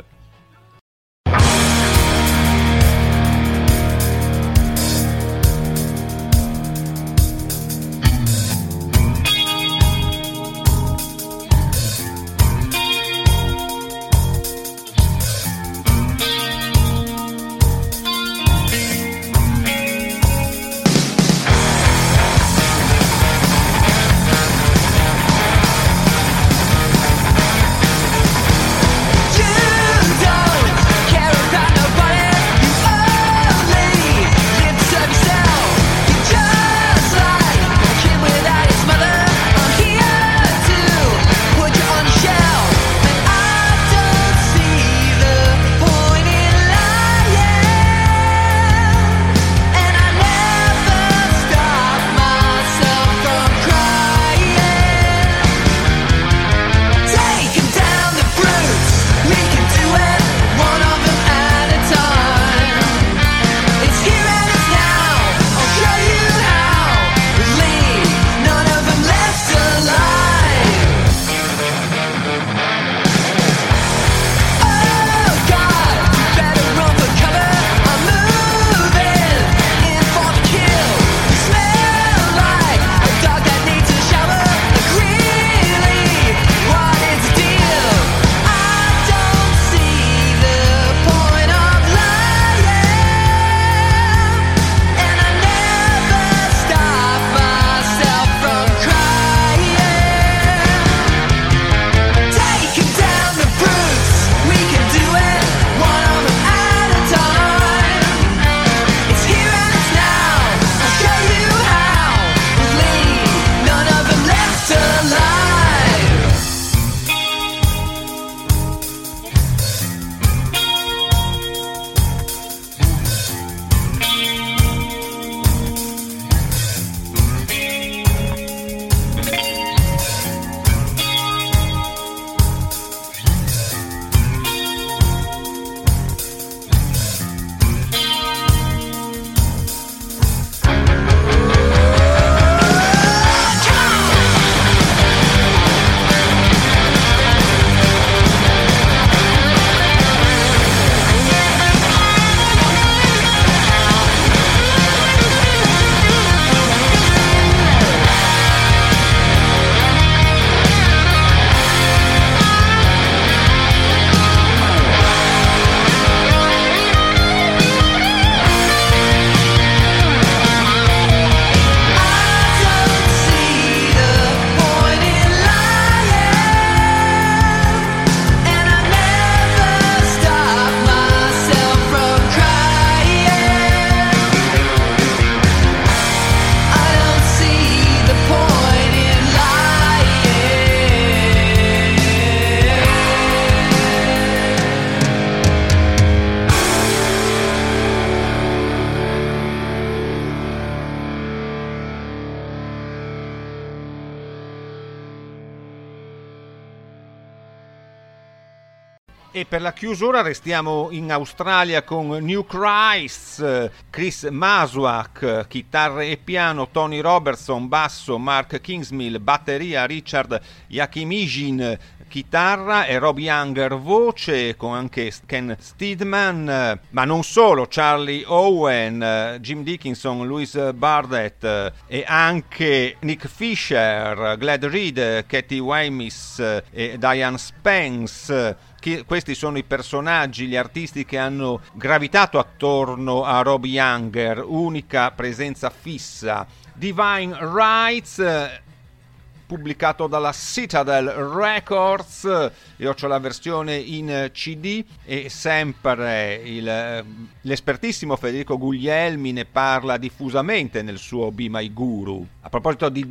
E per la chiusura restiamo in Australia con New Christ, Chris Masuak, chitarre e piano, Tony Robertson, basso, Mark Kingsmill, batteria, Richard Yakimijin, chitarra e Rob Younger voce, con anche Ken Steedman, ma non solo, Charlie Owen, Jim Dickinson, Louis Burdett e anche Nick Fisher, Glad Reed, Katie Waymis e Diane Spence. Questi sono i personaggi, gli artisti che hanno gravitato attorno a Rob Younger, unica presenza fissa. Divine Rights, pubblicato dalla Citadel Records, io ho la versione in CD e sempre l'espertissimo Federico Guglielmi ne parla diffusamente nel suo Be My Guru. A proposito di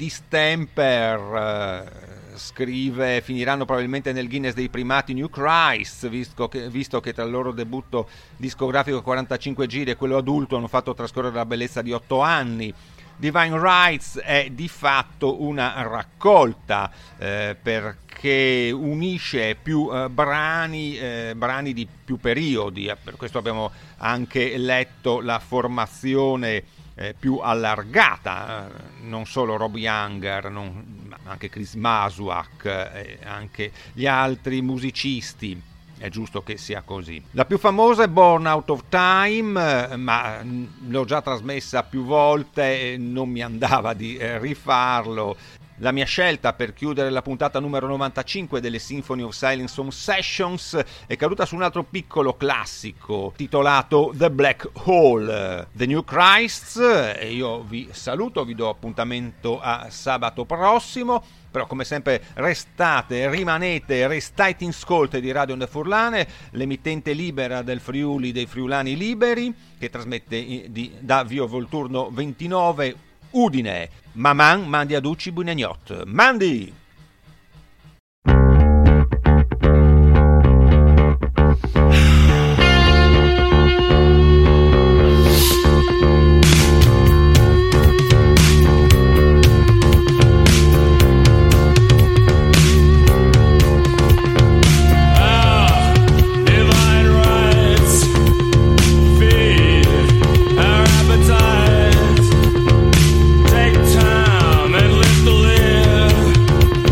distemper, scrive: finiranno probabilmente nel Guinness dei primati New Christ, visto che tra il loro debutto discografico 45 giri e quello adulto hanno fatto trascorrere la bellezza di 8 anni. Divine Rights è di fatto una raccolta perché unisce più brani di più periodi, per questo abbiamo anche letto la formazione più allargata, non solo Rob Younger, ma anche Chris Masuak, anche gli altri musicisti. È giusto che sia così. La più famosa è Born Out of Time, ma l'ho già trasmessa più volte e non mi andava di rifarlo. La mia scelta per chiudere la puntata numero 95 delle Symphony of Silence Home Sessions è caduta su un altro piccolo classico titolato The Black Hole, The New Christ. E io vi saluto, vi do appuntamento a sabato prossimo. Però come sempre restate in ascolto di Radio Onde Furlane, l'emittente libera del Friuli, dei Friulani Liberi, che trasmette da Via Volturno 29 Udine. Maman mandi a Ducci Bunegnot. Mandi! Take time and live to live.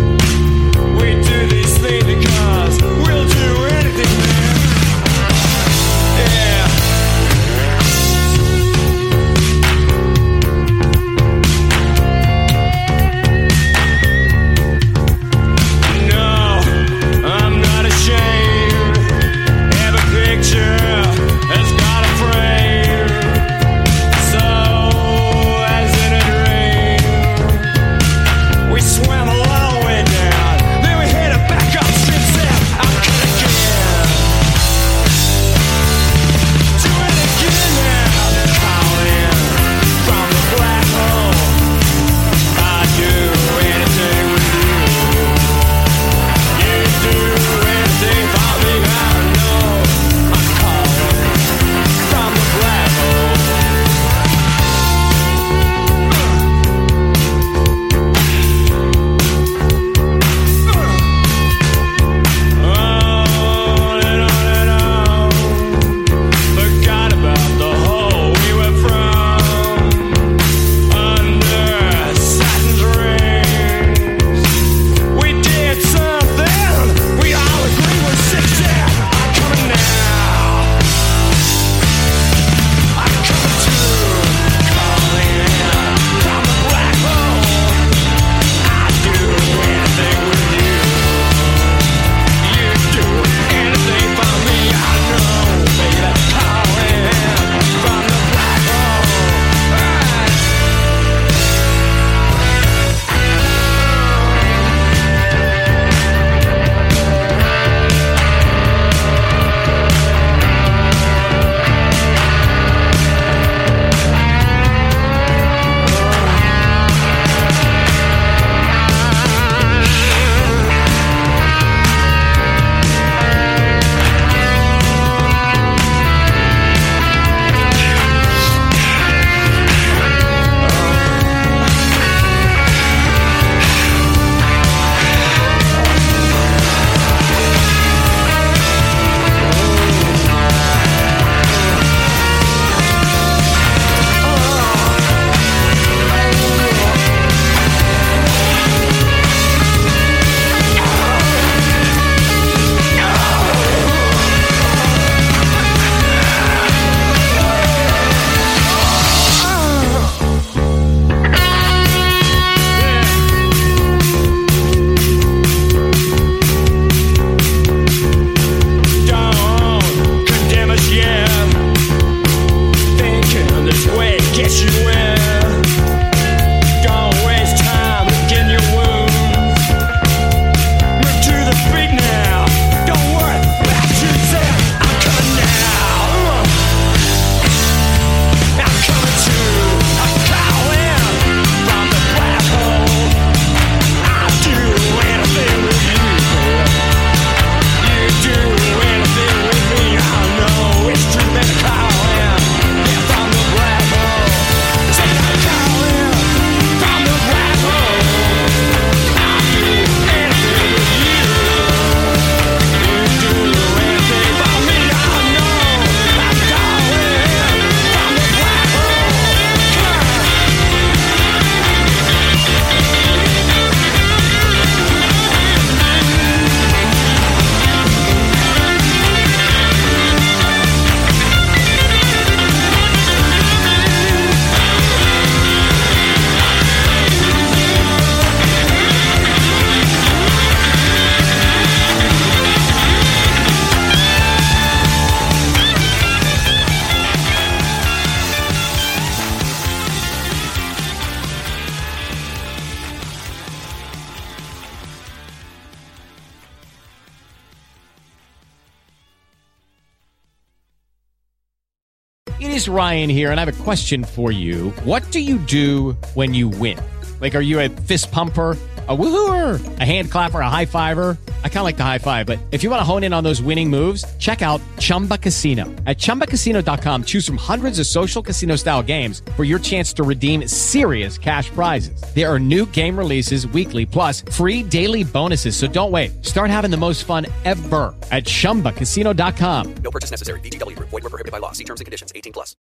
It is Ryan here, and I have a question for you. What do you do when you win? Like, are you a fist pumper, a woohooer, a hand clapper, a high fiver? I kind of like the high five, but if you want to hone in on those winning moves, check out Chumba Casino. At ChumbaCasino.com, choose from hundreds of social casino style games for your chance to redeem serious cash prizes. There are new game releases weekly, plus free daily bonuses. So don't wait. Start having the most fun ever at ChumbaCasino.com. No purchase necessary. VGW Group. Void where prohibited by law. See terms and conditions. 18 plus.